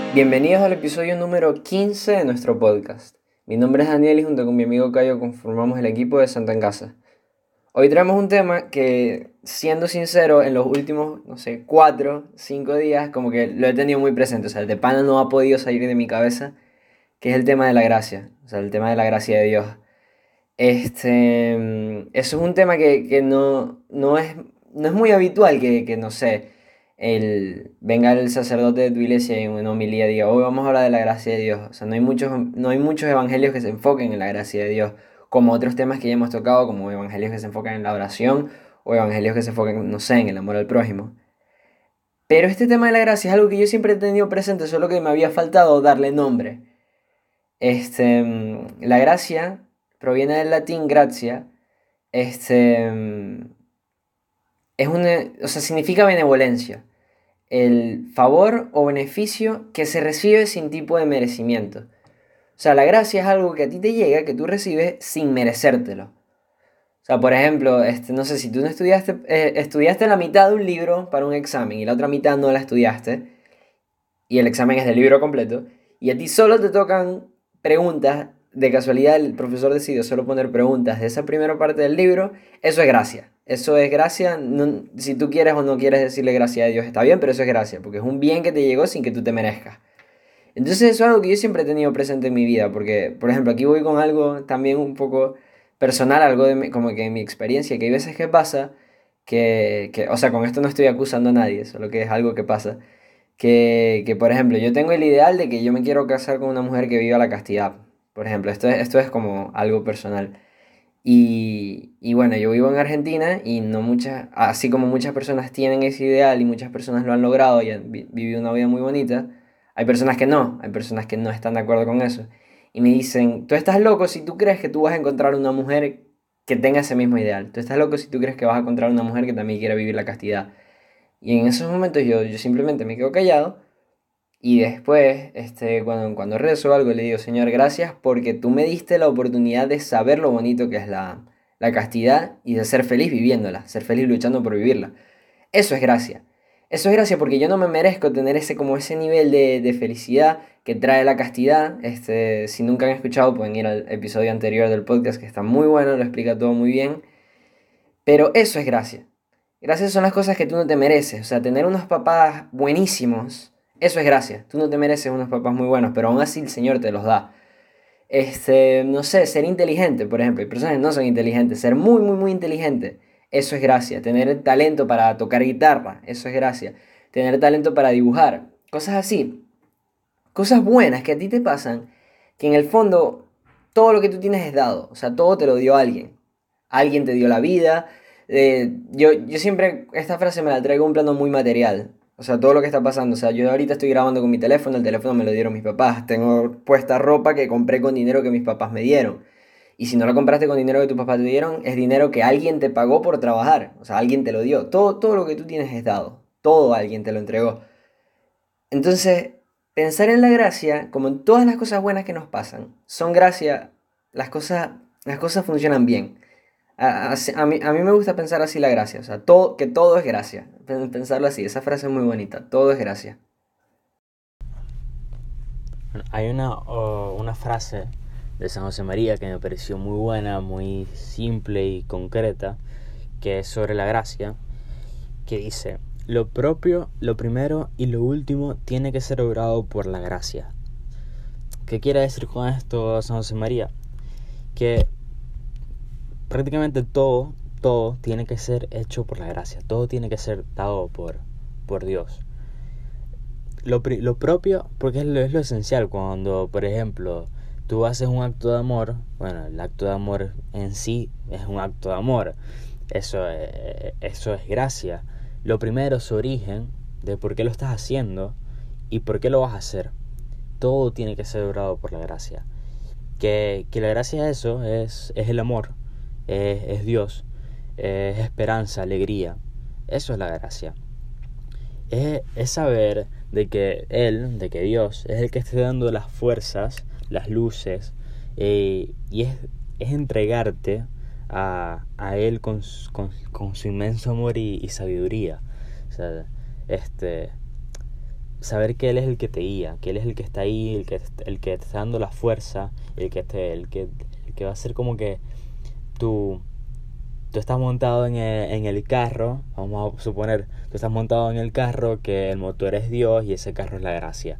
Bienvenidos al episodio número 15 de nuestro podcast. Mi nombre es Daniel y junto con mi amigo Cayo conformamos el equipo de Santa en Casa. Hoy traemos un tema que, siendo sincero, en los últimos, 4, 5 días, como que lo he tenido muy presente. O sea, el de pana no ha podido salir de mi cabeza, que es el tema de la gracia. O sea, el tema de la gracia de Dios. Eso es un tema que no es muy habitual que, no sé, venga el sacerdote de tu iglesia y en una homilía diga, hoy vamos a hablar de la gracia de Dios. O sea, no hay muchos evangelios que se enfoquen en la gracia de Dios, como otros temas que ya hemos tocado, como evangelios que se enfocan en la oración o evangelios que se enfocan, no sé, en el amor al prójimo. Pero este tema de la gracia es algo que yo siempre he tenido presente, solo que me había faltado darle nombre. La gracia proviene del latín gratia. Este, mm, o sea, significa benevolencia, el favor o beneficio que se recibe sin tipo de merecimiento. O sea, la gracia es algo que a ti te llega, que tú recibes sin merecértelo. O sea, por ejemplo, no sé, si tú no estudiaste la mitad de un libro para un examen y la otra mitad no la estudiaste, y el examen es del libro completo, y a ti solo te tocan preguntas, de casualidad el profesor decidió solo poner preguntas de esa primera parte del libro, eso es gracia. Eso es gracia, si tú quieres o no quieres decirle gracia a Dios está bien, pero eso es gracia, porque es un bien que te llegó sin que tú te merezcas. Entonces eso es algo que yo siempre he tenido presente en mi vida, porque, por ejemplo, aquí voy con algo también un poco personal, algo como que en mi experiencia, que hay veces que pasa, o sea, con esto no estoy acusando a nadie, solo que es algo que pasa, que, por ejemplo, yo tengo el ideal de que yo me quiero casar con una mujer que viva la castidad. Por ejemplo, esto es como algo personal. Y bueno, yo vivo en Argentina y no muchas, así como muchas personas tienen ese ideal y muchas personas lo han logrado y han vivido una vida muy bonita, hay personas que no están de acuerdo con eso. Y me dicen, tú estás loco si tú crees que tú vas a encontrar una mujer que tenga ese mismo ideal. Tú estás loco si tú crees que vas a encontrar una mujer que también quiera vivir la castidad. Y en esos momentos yo simplemente me quedo callado y después, cuando rezo algo, le digo, Señor, gracias porque tú me diste la oportunidad de saber lo bonito que es la castidad y de ser feliz viviéndola, ser feliz luchando por vivirla. Eso es gracia. Eso es gracia porque yo no me merezco tener como ese nivel de felicidad que trae la castidad. Si nunca han escuchado, pueden ir al episodio anterior del podcast que está muy bueno, lo explica todo muy bien. Pero eso es gracia. Gracias son las cosas que tú no te mereces. O sea, tener unos papás buenísimos, eso es gracia. Tú no te mereces unos papás muy buenos, pero aún así el Señor te los da. No sé, ser inteligente, por ejemplo. Hay personas que no son inteligentes. Ser muy, muy, muy inteligente, eso es gracia. Tener talento para tocar guitarra, eso es gracia. Tener talento para dibujar, cosas así. Cosas buenas que a ti te pasan, que en el fondo todo lo que tú tienes es dado. O sea, todo te lo dio alguien. Alguien te dio la vida. Yo siempre esta frase me la traigo a un plano muy material. O sea, todo lo que está pasando. O sea, yo ahorita estoy grabando con mi teléfono, el teléfono me lo dieron mis papás. Tengo puesta ropa que compré con dinero que mis papás me dieron. Y si no lo compraste con dinero que tus papás te dieron, es dinero que alguien te pagó por trabajar. O sea, alguien te lo dio. Todo lo que tú tienes es dado. Todo alguien te lo entregó. Entonces, pensar en la gracia, como en todas las cosas buenas que nos pasan, son gracia, las cosas funcionan bien. A mí me gusta pensar así la gracia, o sea, que todo es gracia. Pensarlo así, esa frase es muy bonita, todo es gracia. Hay una frase de San José María que me pareció muy buena, muy simple y concreta, que es sobre la gracia, que dice: lo propio, lo primero y lo último tiene que ser obrado por la gracia. ¿Qué quiere decir con esto San José María? Que prácticamente todo tiene que ser hecho por la gracia, todo tiene que ser dado por Dios. Lo propio, porque es lo esencial. Cuando, por ejemplo, tú haces un acto de amor, bueno, el acto de amor en sí es un acto de amor, eso es gracia. Lo primero es su origen, de por qué lo estás haciendo y por qué lo vas a hacer. Todo tiene que ser obrado por la gracia. Que la gracia es eso, es el amor, es Dios, es esperanza, alegría. Eso es la gracia. Es saber de que Dios es el que esté dando las fuerzas, las luces, y es entregarte a Él con su inmenso amor y sabiduría. O sea, saber que Él es el que te guía, que Él es el que está ahí, el que te está dando la fuerza, el que va a ser como que tú estás montado en el carro, vamos a suponer, tú estás montado en el carro, que el motor es Dios y ese carro es la gracia.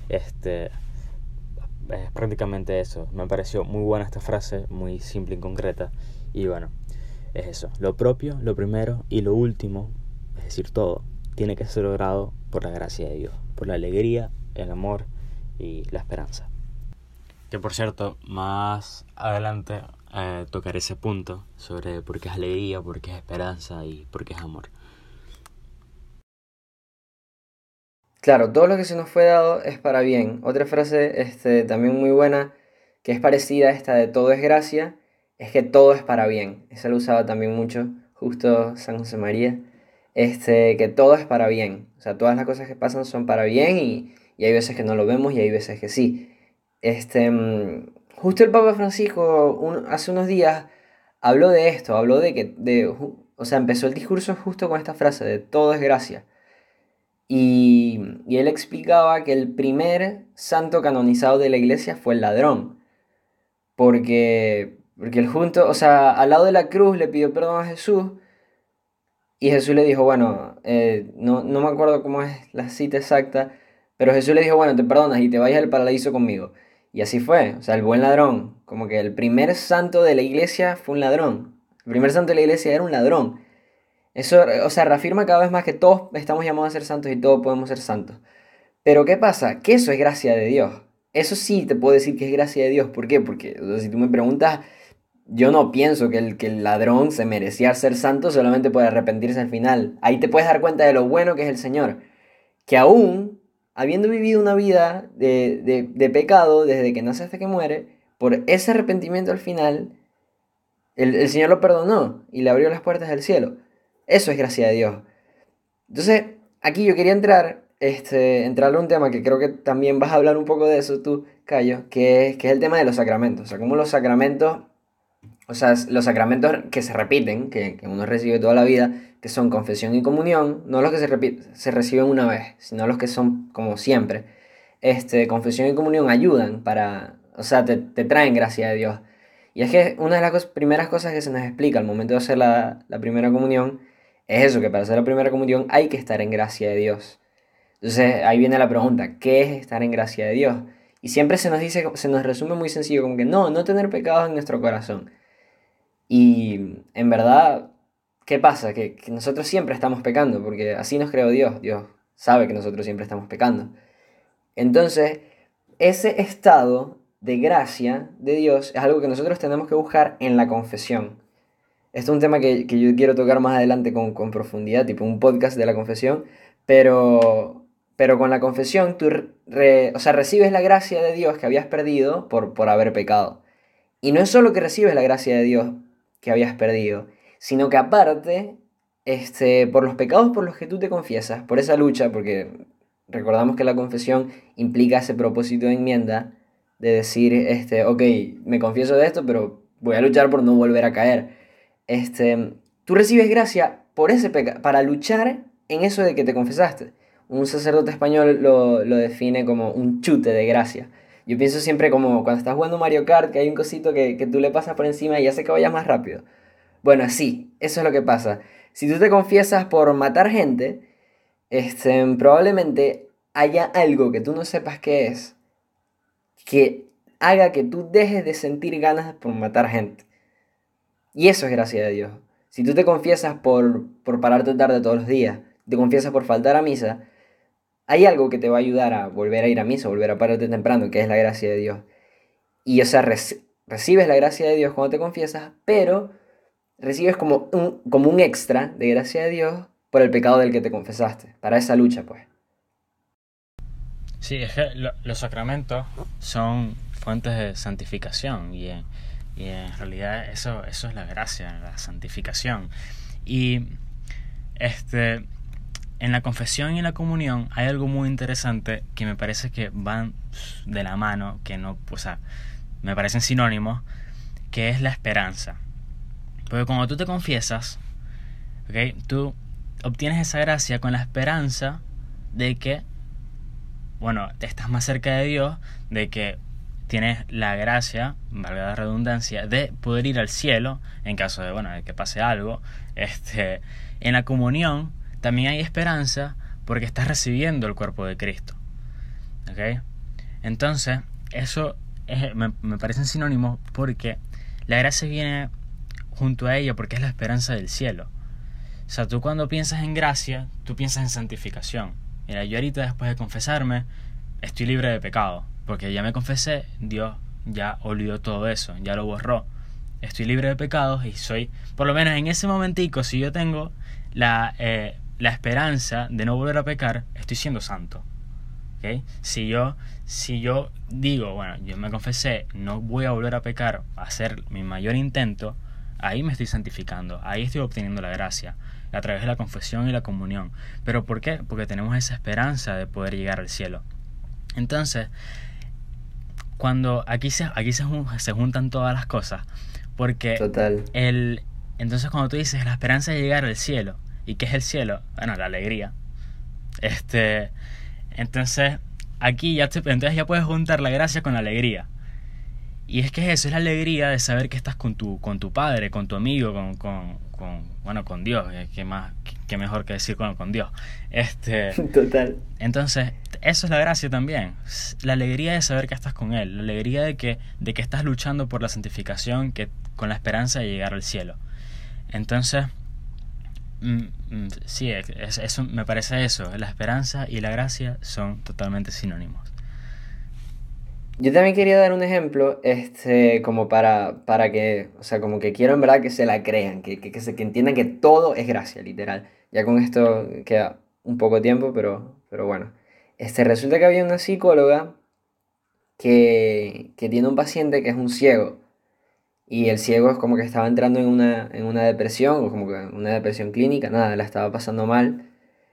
Es prácticamente eso. Me pareció muy buena esta frase, muy simple y concreta. Y bueno, es eso. Lo propio, lo primero y lo último, es decir, todo, tiene que ser logrado por la gracia de Dios, por la alegría, el amor y la esperanza. Que por cierto, más adelante tocaré ese punto sobre por qué es alegría, por qué es esperanza y por qué es amor. Claro, todo lo que se nos fue dado es para bien. Otra frase también muy buena, que es parecida a esta de todo es gracia, es que todo es para bien. Esa lo usaba también mucho, justo San José María. Que todo es para bien. O sea, todas las cosas que pasan son para bien y hay veces que no lo vemos y hay veces que sí. Justo el Papa Francisco hace unos días habló de esto, habló o sea, empezó el discurso justo con esta frase de todo es gracia. Y él explicaba que el primer santo canonizado de la iglesia fue el ladrón, porque él junto, o sea, al lado de la cruz le pidió perdón a Jesús y Jesús le dijo, bueno, no me acuerdo cómo es la cita exacta, pero Jesús le dijo, bueno, te perdonas y te vayas al paraíso conmigo. Y así fue, o sea, el buen ladrón, como que el primer santo de la iglesia fue un ladrón, el primer santo de la iglesia era un ladrón. Eso, o sea, reafirma cada vez más que todos estamos llamados a ser santos y todos podemos ser santos. Pero ¿qué pasa? Que eso es gracia de Dios. Eso sí te puedo decir que es gracia de Dios. ¿Por qué? Porque o sea, si tú me preguntas, yo no pienso que el ladrón se merecía ser santo solamente por arrepentirse al final. Ahí te puedes dar cuenta de lo bueno que es el Señor. Que aún, habiendo vivido una vida de pecado desde que nace hasta que muere, por ese arrepentimiento al final, el Señor lo perdonó y le abrió las puertas del cielo. Eso es gracia de Dios. Entonces, aquí yo quería entrarle a un tema que creo que también vas a hablar un poco de eso tú, Cayo, que es el tema de los sacramentos. O sea, cómo los sacramentos, o sea, los sacramentos que se repiten, que uno recibe toda la vida, que son confesión y comunión, no los que se reciben una vez, sino los que son como siempre. Confesión y comunión ayudan o sea, te traen gracia de Dios. Y es que una de las primeras cosas que se nos explica al momento de hacer la primera comunión es eso, que para hacer la primera comunión hay que estar en gracia de Dios. Entonces ahí viene la pregunta, ¿qué es estar en gracia de Dios? Y siempre se nos dice, se nos resume muy sencillo, como que no tener pecados en nuestro corazón. Y en verdad, ¿qué pasa? Que nosotros siempre estamos pecando, porque así nos creó Dios. Dios sabe que nosotros siempre estamos pecando. Entonces, ese estado de gracia de Dios es algo que nosotros tenemos que buscar en la confesión. Esto es un tema que yo quiero tocar más adelante con profundidad, tipo un podcast de la confesión, pero con la confesión tú o sea, recibes la gracia de Dios que habías perdido por haber pecado. Y no es solo que recibes la gracia de Dios que habías perdido, sino que aparte, por los pecados por los que tú te confiesas, por esa lucha, porque recordamos que la confesión implica ese propósito de enmienda, de decir, ok, me confieso de esto, pero voy a luchar por no volver a caer. Tú recibes gracia por ese para luchar en eso de que te confesaste. Un sacerdote español lo define como un chute de gracia. Yo pienso siempre como cuando estás jugando Mario Kart, que hay un cosito que tú le pasas por encima y hace que vayas más rápido. Bueno, sí, eso es lo que pasa. Si tú te confiesas por matar gente, probablemente haya algo que tú no sepas qué es, que haga que tú dejes de sentir ganas por matar gente. Y eso es gracia de Dios. Si tú te confiesas por pararte tarde todos los días, te confiesas por faltar a misa, hay algo que te va a ayudar a volver a ir a misa, volver a pararte temprano, que es la gracia de Dios. Y o sea, recibes la gracia de Dios cuando te confiesas, pero recibes como un extra de gracia de Dios por el pecado del que te confesaste, para esa lucha, pues. Sí, es que los sacramentos son fuentes de santificación y en realidad eso es la gracia, la santificación. Y en la confesión y en la comunión hay algo muy interesante que me parece que van de la mano, que no, o sea, me parecen sinónimos, que es la esperanza. Porque cuando tú te confiesas, ¿okay?, tú obtienes esa gracia con la esperanza de que bueno, estás más cerca de Dios, de que tienes la gracia, valga la redundancia, de poder ir al cielo en caso de, bueno, de que pase algo. En la comunión también hay esperanza porque estás recibiendo el cuerpo de Cristo. ¿Ok? Entonces, me parecen sinónimos porque la gracia viene junto a ella porque es la esperanza del cielo. O sea, tú cuando piensas en gracia, tú piensas en santificación. Mira, yo ahorita después de confesarme, estoy libre de pecado. Porque ya me confesé, Dios ya olvidó todo eso, ya lo borró. Estoy libre de pecados y soy, por lo menos en ese momentico, si yo tengo la esperanza de no volver a pecar, estoy siendo santo. ¿Okay? Si yo digo, bueno, yo me confesé, no voy a volver a pecar, a hacer mi mayor intento, ahí me estoy santificando, ahí estoy obteniendo la gracia, a través de la confesión y la comunión. ¿Pero por qué? Porque tenemos esa esperanza de poder llegar al cielo. Entonces, cuando aquí se juntan todas las cosas, porque Total. entonces cuando tú dices la esperanza de llegar al cielo, ¿y qué es el cielo? Bueno, la alegría. Entonces entonces ya puedes juntar la gracia con la alegría. Y es que eso es la alegría de saber que estás con tu padre, con tu amigo, con Dios. Qué mejor que decir con Dios. Total. Entonces, eso es la gracia también. La alegría de saber que estás con Él. La alegría de que estás luchando por la santificación, con la esperanza de llegar al cielo. Entonces, sí, eso, me parece eso. La esperanza y la gracia son totalmente sinónimos. Yo también quería dar un ejemplo, como para que, o sea, como que quiero en verdad que se la crean, que entiendan que todo es gracia, literal. Ya con esto queda un poco tiempo, pero bueno. Resulta que había una psicóloga que tiene un paciente que es un ciego. Y el ciego es como que estaba entrando en una depresión, o como que una depresión clínica, nada, la estaba pasando mal.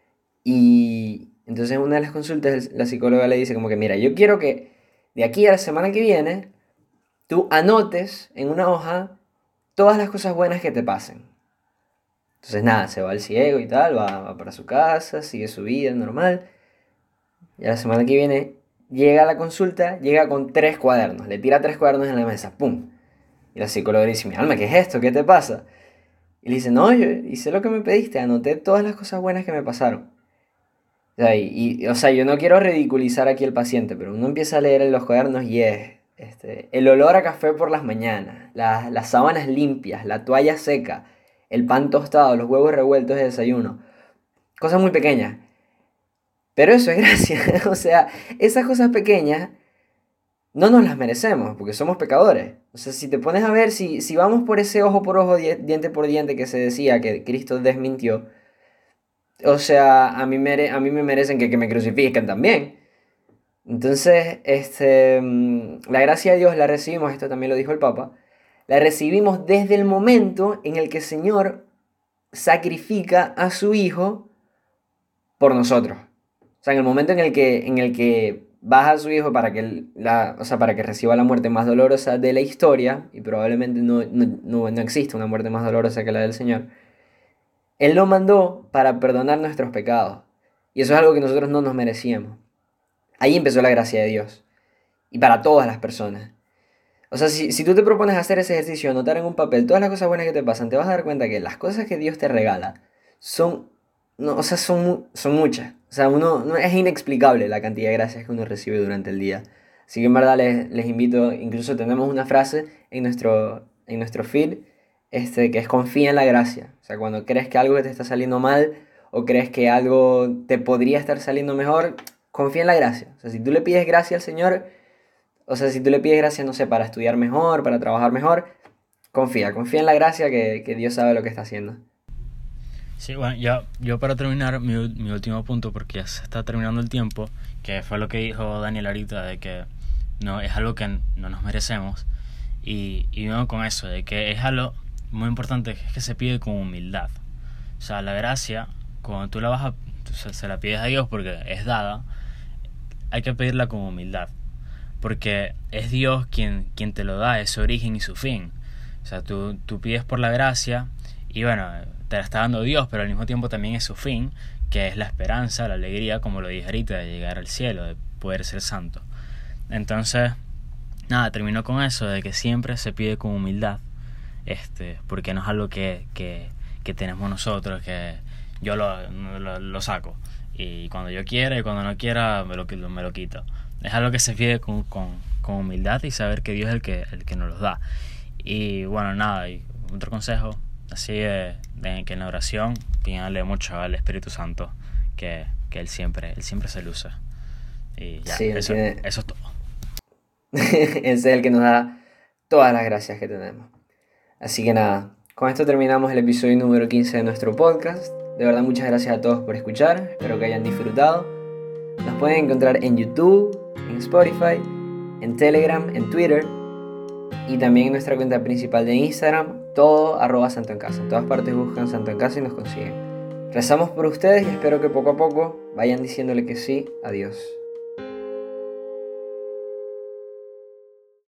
Y entonces en una de las consultas la psicóloga le dice como que, mira, yo quiero que de aquí a la semana que viene tú anotes en una hoja todas las cosas buenas que te pasen. Entonces nada, se va el ciego y tal, va para su casa, sigue su vida normal. Y a la semana que viene llega a la consulta, llega con 3 cuadernos, le tira 3 cuadernos en la mesa, ¡pum! Y la psicóloga le dice, mi alma, ¿qué es esto? ¿Qué te pasa? Y le dice, no, yo hice lo que me pediste, anoté todas las cosas buenas que me pasaron. O sea, o sea, yo no quiero ridiculizar aquí al paciente, pero uno empieza a leer en los cuadernos y es el olor a café por las mañanas, las sábanas limpias, la toalla seca, el pan tostado, los huevos revueltos de desayuno. Cosas muy pequeñas. Pero eso es gracia. O sea, esas cosas pequeñas no nos las merecemos porque somos pecadores. O sea, si te pones a ver, si vamos por ese ojo por ojo, diente por diente que se decía que Cristo desmintió, o sea, a mí me merecen que me crucifiquen también. Entonces, la gracia de Dios la recibimos, esto también lo dijo el Papa, la recibimos desde el momento en el que el Señor sacrifica a su Hijo por nosotros. O sea, en el momento en el que baja a su Hijo o sea, para que reciba la muerte más dolorosa de la historia, y probablemente no existe una muerte más dolorosa que la del Señor, Él lo mandó para perdonar nuestros pecados. Y eso es algo que nosotros no nos merecíamos. Ahí empezó la gracia de Dios. Y para todas las personas. O sea, si tú te propones hacer ese ejercicio, anotar en un papel todas las cosas buenas que te pasan, te vas a dar cuenta que las cosas que Dios te regala son, no, o sea, son muchas. O sea, no, es inexplicable la cantidad de gracias que uno recibe durante el día. Así que en verdad les invito, incluso tenemos una frase en nuestro feed, que es confía en la gracia. O sea, cuando crees que algo te está saliendo mal o crees que algo te podría estar saliendo mejor, confía en la gracia. O sea, si tú le pides gracia al Señor, o sea, si tú le pides gracia, no sé, para estudiar mejor, para trabajar mejor, confía en la gracia que Dios sabe lo que está haciendo. Sí, bueno, yo para terminar mi último punto, porque ya se está terminando el tiempo, que fue lo que dijo Daniel ahorita, de que no es algo que no nos merecemos, y vengo con eso, de que es algo muy importante, que es que se pide con humildad. O sea, la gracia, cuando tú se la pides a Dios porque es dada, hay que pedirla con humildad, porque es Dios quien te lo da, es su origen y su fin. O sea, tú pides por la gracia y bueno, te la está dando Dios, pero al mismo tiempo también es su fin, que es la esperanza, la alegría, como lo dije ahorita, de llegar al cielo, de poder ser santo. Entonces, nada, termino con eso, de que siempre se pide con humildad, porque no es algo que tenemos nosotros, que yo lo saco, y cuando yo quiera y cuando no quiera me lo quito. Es algo que se pide con humildad y saber que Dios es el que nos los da. Y bueno, nada, y otro consejo, así de que en la oración pídanle mucho al Espíritu Santo, que Él siempre se luce. Y ya, Sí, eso es todo. Ese es el que nos da todas las gracias que tenemos. Así que nada, con esto terminamos el episodio número 15 de nuestro podcast. De verdad, muchas gracias a todos por escuchar, espero que hayan disfrutado. Nos pueden encontrar en YouTube, en Spotify, en Telegram, en Twitter y también en nuestra cuenta principal de Instagram, todo @Santo en Casa. En todas partes buscan Santo en Casa y nos consiguen. Rezamos por ustedes y espero que poco a poco vayan diciéndole que sí a Dios.